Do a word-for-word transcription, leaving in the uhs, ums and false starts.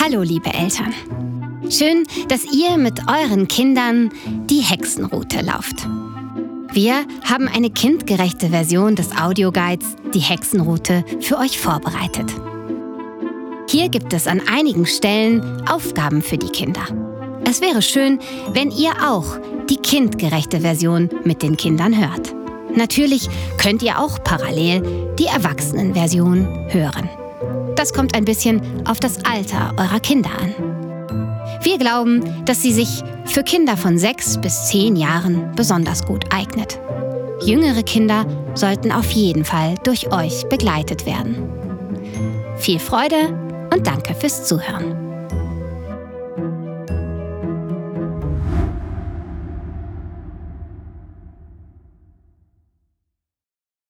Hallo, liebe Eltern. Schön, dass ihr mit euren Kindern die Hexenroute lauft. Wir haben eine kindgerechte Version des Audioguides Die Hexenroute für euch vorbereitet. Hier gibt es an einigen Stellen Aufgaben für die Kinder. Es wäre schön, wenn ihr auch die kindgerechte Version mit den Kindern hört. Natürlich könnt ihr auch parallel die Erwachsenenversion hören. Das kommt ein bisschen auf das Alter eurer Kinder an. Wir glauben, dass sie sich für Kinder von sechs bis zehn Jahren besonders gut eignet. Jüngere Kinder sollten auf jeden Fall durch euch begleitet werden. Viel Freude und danke fürs Zuhören.